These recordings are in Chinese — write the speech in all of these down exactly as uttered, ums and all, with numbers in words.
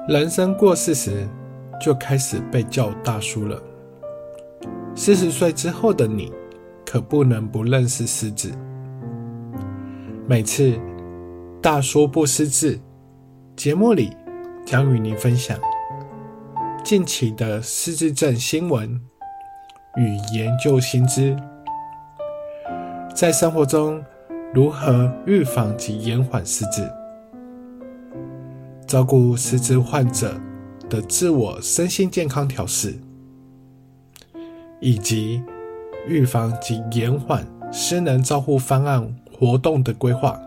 人生过四十，就开始被叫大叔了。四十岁之后的你，可不能不认识失智。每次大叔不失智节目里，将与您分享近期的失智症新闻与研究新知，在生活中如何预防及延缓失智，照顾失智患者的自我身心健康调试，以及预防及延缓失能照护方案活动的规划。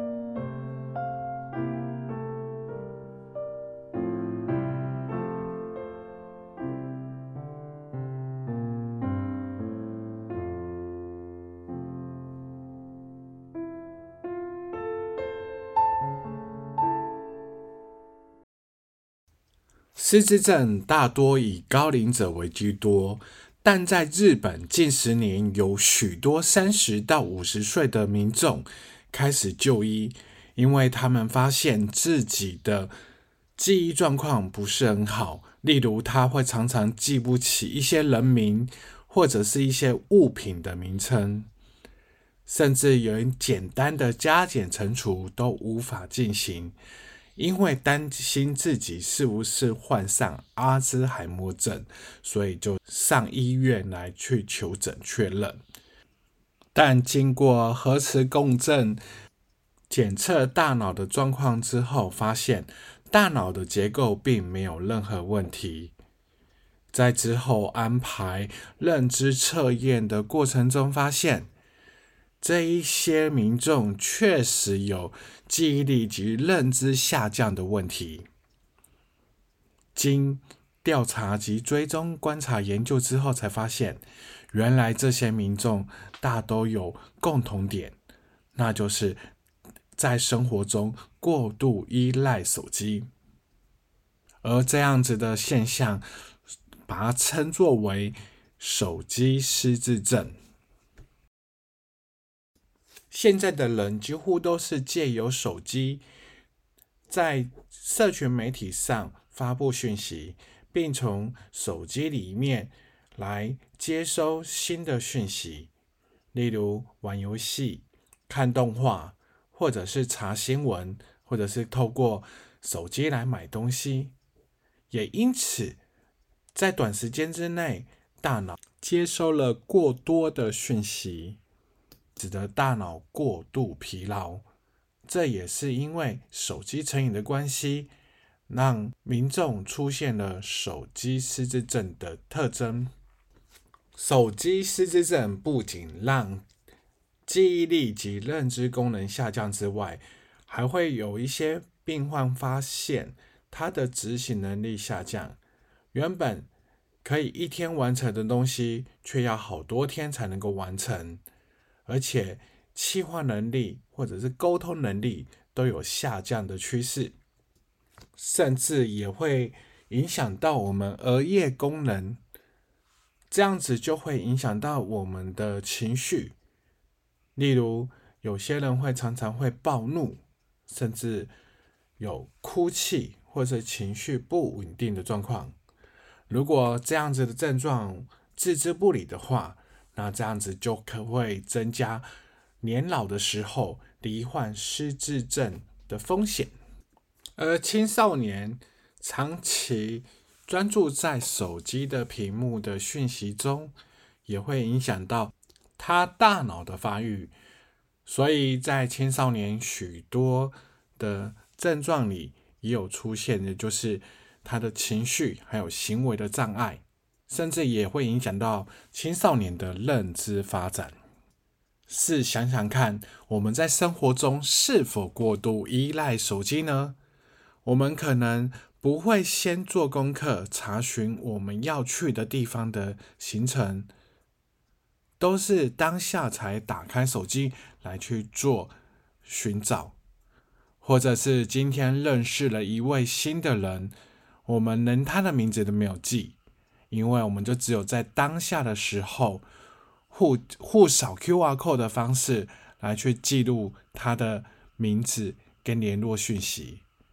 失智症大多以高龄者为居多，但在日本近十年有许多三十到五十岁的民众开始就医，因为他们发现自己的记忆状况不是很好，例如他会常常记不起一些人名或者是一些物品的名称，甚至有人简单的加减乘除都无法进行，因为担心自己是不是患上阿兹海默症，所以就上医院来去求诊确认。但经过核磁共振检测大脑的状况之后，发现大脑的结构并没有任何问题。在之后安排认知测验的过程中，发现这一些民众确实有记忆力及认知下降的问题。经调查及追踪观察研究之后，才发现原来这些民众大都有共同点，那就是在生活中过度依赖手机，而这样子的现象把它称作为手机失智症。现在的人几乎都是借由手机在社群媒体上发布讯息，并从手机里面来接收新的讯息，例如玩游戏、看动画，或者是查新闻，或者是透过手机来买东西。也因此在短时间之内，大脑接收了过多的讯息，使得大脑过度疲劳。这也是因为手机成瘾的关系，让民众出现了手机失智症的特征。手机失智症不仅让记忆力及认知功能下降之外，还会有一些病患发现他的执行能力下降，原本可以一天完成的东西，却要好多天才能够完成，而且企划能力或者是沟通能力都有下降的趋势，甚至也会影响到我们额叶功能，这样子就会影响到我们的情绪。例如有些人会常常会暴怒，甚至有哭泣或者情绪不稳定的状况。如果这样子的症状置之不理的话，那这样子就可会增加年老的时候罹患失智症的风险。而青少年长期专注在手机的屏幕的讯息中，也会影响到他大脑的发育，所以在青少年许多的症状里也有出现的就是他的情绪还有行为的障碍，甚至也会影响到青少年的认知发展。试想想看，我们在生活中是否过度依赖手机呢？我们可能不会先做功课，查询我们要去的地方的行程，都是当下才打开手机来去做寻找，或者是今天认识了一位新的人，我们连他的名字都没有记，因为我们就只有在当下的时候互, 互扫 Q R code 的方式来去记录他的名字跟联络讯息，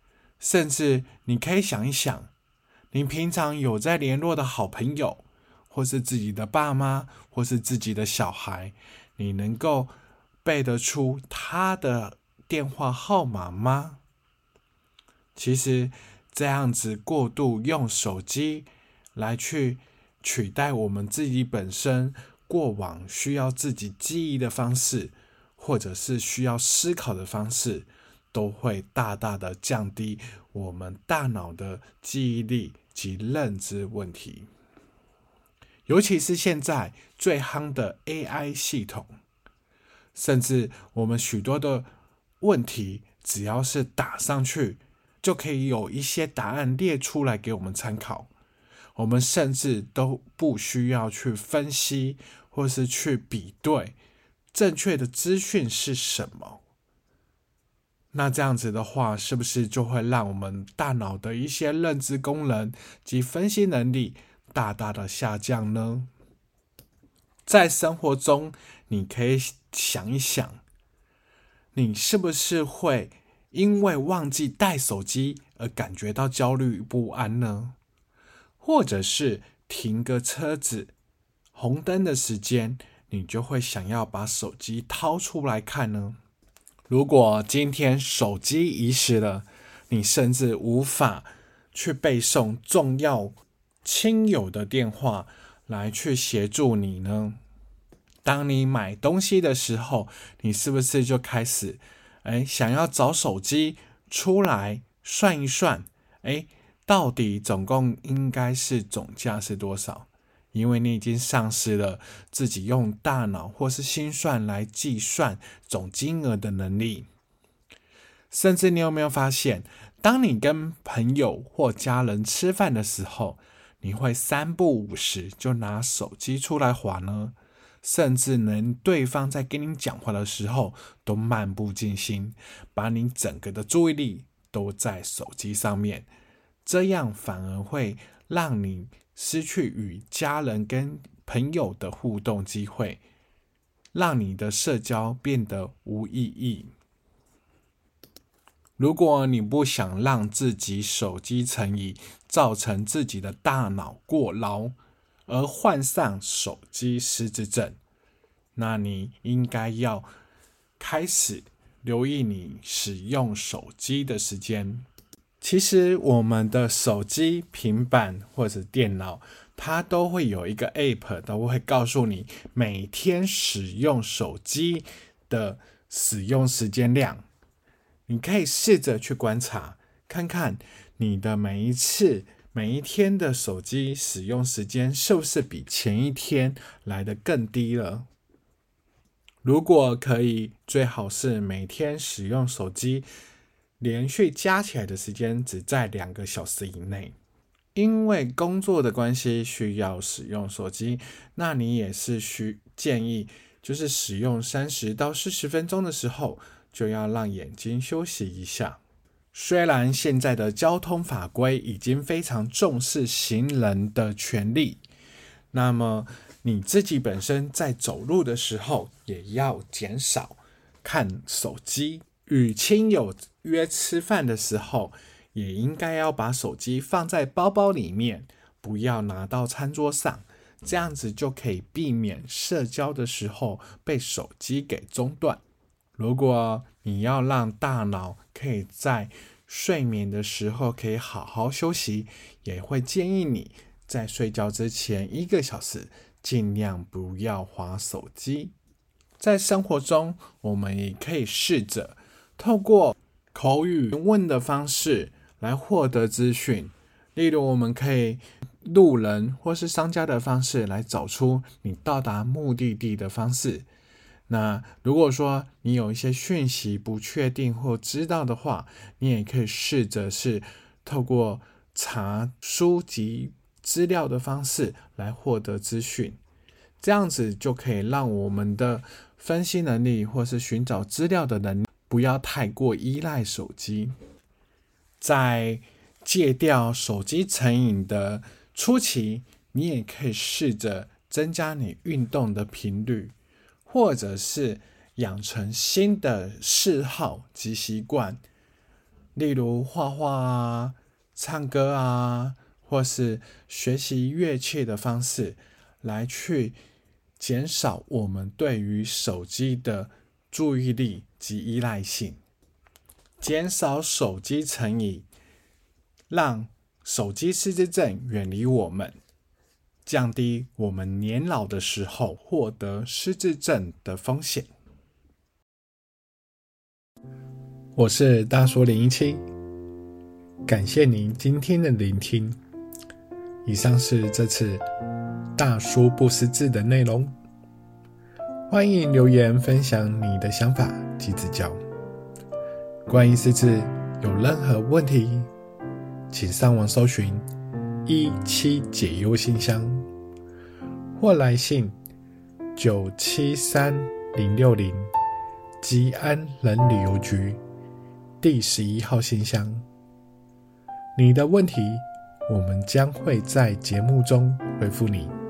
甚至你可以想一想，你平常有在联络的好朋友，或是自己的爸妈，或是自己的小孩，你能够背得出他的电话号码吗？其实这样子过度用手机来去取代我们自己本身过往需要自己记忆的方式，或者是需要思考的方式，都会大大的降低我们大脑的记忆力及认知问题。尤其是现在最夯的 A I 系统，甚至我们许多的问题，只要是打上去，就可以有一些答案列出来给我们参考。我们甚至都不需要去分析，或是去比对正确的资讯是什么。那这样子的话，是不是就会让我们大脑的一些认知功能及分析能力大大的下降呢？在生活中，你可以想一想，你是不是会因为忘记带手机而感觉到焦虑不安呢？或者是停个车子，红灯的时间，你就会想要把手机掏出来看呢？如果今天手机遗失了，你甚至无法去背诵重要亲友的电话来去协助你呢？当你买东西的时候，你是不是就开始哎想要找手机出来算一算，哎，到底总共应该是总价是多少？因为你已经丧失了自己用大脑或是心算来计算总金额的能力。甚至你有没有发现，当你跟朋友或家人吃饭的时候，你会三不五时就拿手机出来滑呢？甚至能对方在跟你讲话的时候都漫不经心，把你整个的注意力都在手机上面，这样反而会让你失去与家人跟朋友的互动机会，让你的社交变得无意义。如果你不想让自己手机成瘾，造成自己的大脑过劳，而患上手机失智症，那你应该要开始留意你使用手机的时间。其实我们的手机、平板或者电脑，它都会有一个 App， 都会告诉你每天使用手机的使用时间量。你可以试着去观察，看看你的每一次、每一天的手机使用时间是不是比前一天来得更低了。如果可以，最好是每天使用手机连续加起来的时间只在两个小时以内。因为工作的关系需要使用手机，那你也是需建议就是使用三十到四十分钟的时候，就要让眼睛休息一下。虽然现在的交通法规已经非常重视行人的权利，那么你自己本身在走路的时候也要减少看手机。与亲友约吃饭的时候，也应该要把手机放在包包里面，不要拿到餐桌上，这样子就可以避免社交的时候被手机给中断。如果你要让大脑可以在睡眠的时候可以好好休息，也会建议你在睡觉之前一个小时尽量不要滑手机。在生活中，我们也可以试着透过口语问的方式来获得资讯，例如我们可以路人或是商家的方式来找出你到达目的地的方式。那如果说你有一些讯息不确定或知道的话，你也可以试着是透过查书籍资料的方式来获得资讯，这样子就可以让我们的分析能力或是寻找资料的能力不要太过依赖手机。在戒掉手机成瘾的初期，你也可以试着增加你运动的频率，或者是养成新的嗜好及习惯， 例如画画啊、唱歌啊，或是学习乐器的方式，来去减少我们对于手机的注意力及依赖性，减少手机成瘾，让手机失智症远离我们，降低我们年老的时候获得失智症的风险。我是大叔零一七，感谢您今天的聆听。以上是这次大叔不识字的内容，欢迎留言分享你的想法及指教。关于识字有任何问题，请上网搜寻一七解忧信箱，或来信九七三零六零吉安人旅游局第十一号信箱。你的问题，我们将会在节目中回复你。